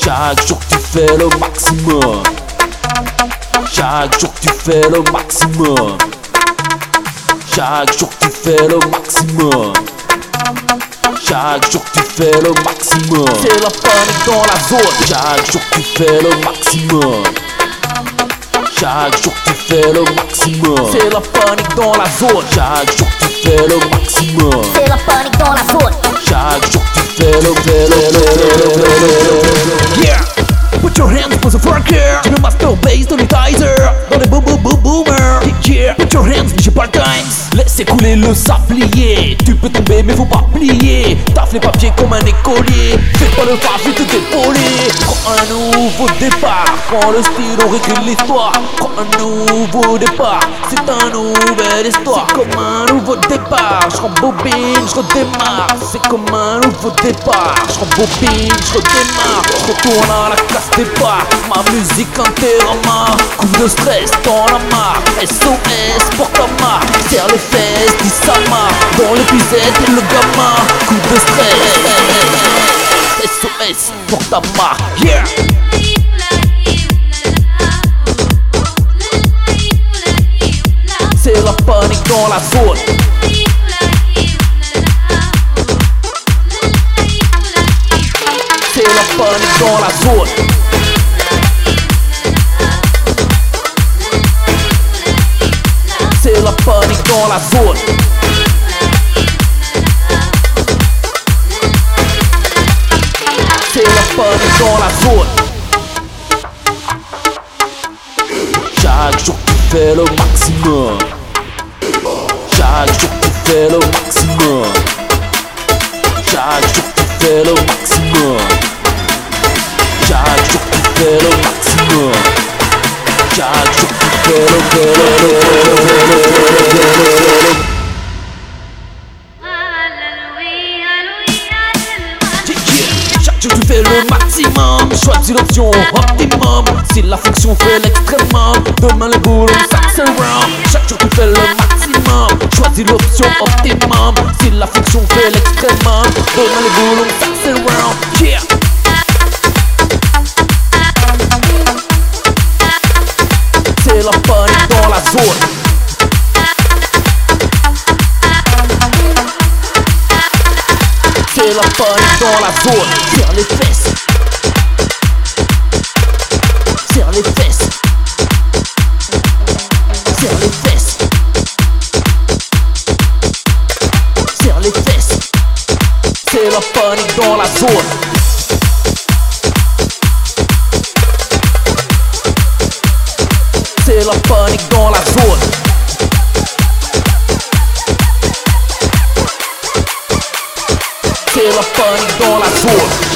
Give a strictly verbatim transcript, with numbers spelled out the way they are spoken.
Chaque jour que tu fais le maximum. Chaque jour que tu fais le maximum. Chaque jour que tu fais le maximum. Chaque jour que tu fais le maximum. C'est la panique dans la zone. Chaque jour que tu fais le maximum. Chaque jour que tu fais le maximum. C'est la panique dans la zone. Chaque jour que tu fais le maximum. C'est la panique dans la zone. Chaque jour que tu fais le fais le fais le Yeah! Put your hands, motherfucker! Tu me masturbase dans les Tizer, dans les boom boom boom boomers. Yeah! Put your hands, mais j'ai pas le time. Laisse écouler le sablier. Tu peux tomber mais faut pas plier. Taffe les papiers comme un écolier. Fais pas le pas, je vais te dépauler. Prends un nouveau départ. Prends le stylo, réécris l'histoire. Prends un nouveau départ. C'est un nouvelle histoire. C'est comme un nouveau départ. Je rembobine, je redémarre. C'est comme un nouveau départ. Je rembobine, je redémarre. Je retourne à la classe départ. Ma musique l'enterrement. Coup de stress dans la mare. S O S pour ta marque. Serre les fesses, dis ça marche. Dans l'épisode et le gamin. Coup de stress. S O S pour ta marque. Yeah! C'est la panique dans la zone. C'est la panique dans la zone. C'est la panique dans la zone. C'est la panique dans la zone. Chaque jour tu fais le maximum. Chaque jour tu fais le maximum. Chaque jour tu fais le maximum. Chaque jour tu fais le maximum. Chaque jour tu fais le fais le Chaque jour tu fais le maximum. Choisis l'option optimum. Si la fonction fait l'extrêmement, demain les boulons s'accélèrent. Chaque jour tu fais le maximum. Choisis l'option optimum. Si la fonction fait l'extrêmement, demain les boulons s'accélèrent. Yeah! C'est la panique dans la zone. C'est la panique dans la zone. Serre les fesses. Serre les fesses. Serre les fesses. Serre les fesses. C'est la panique dans la zone. C'est la panique dans la zone. C'est la panique dans la zone.